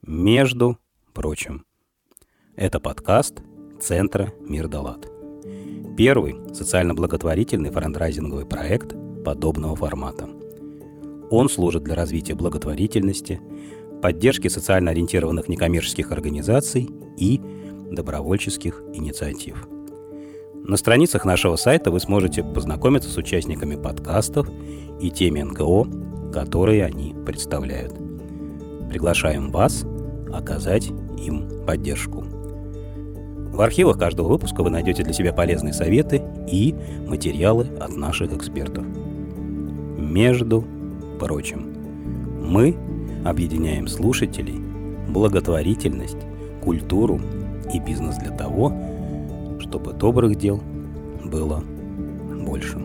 Между прочим, это подкаст Центра «Мир да Лад». Первый социально-благотворительный фандрайзинговый проект подобного формата. Он служит для развития благотворительности, поддержки социально ориентированных некоммерческих организаций и добровольческих инициатив. На страницах нашего сайта вы сможете познакомиться с участниками подкастов и теми НКО, которые они представляют. Приглашаем вас оказать им поддержку. В архивах каждого выпуска вы найдете для себя полезные советы и материалы от наших экспертов. Между прочим, мы объединяем слушателей, благотворительность, культуру и бизнес для того, чтобы добрых дел было больше.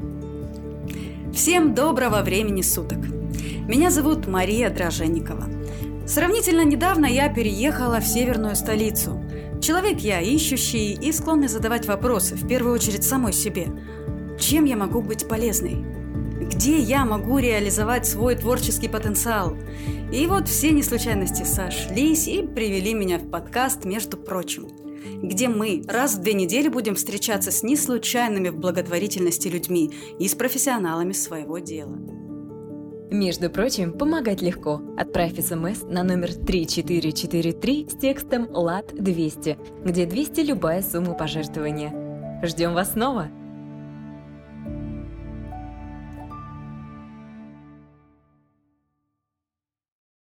Всем доброго времени суток! Меня зовут Мария Дроженникова. Сравнительно недавно я переехала в северную столицу. Человек я ищущий и склонный задавать вопросы, в первую очередь самой себе. Чем я могу быть полезной? Где я могу реализовать свой творческий потенциал? И вот все неслучайности сошлись и привели меня в подкаст «Между прочим», где мы раз в 2 недели будем встречаться с неслучайными в благотворительности людьми и с профессионалами своего дела. Между прочим, помогать легко. Отправь СМС на номер 3443 с текстом «ЛАД 200», где 200 любая сумма пожертвования. Ждем вас снова!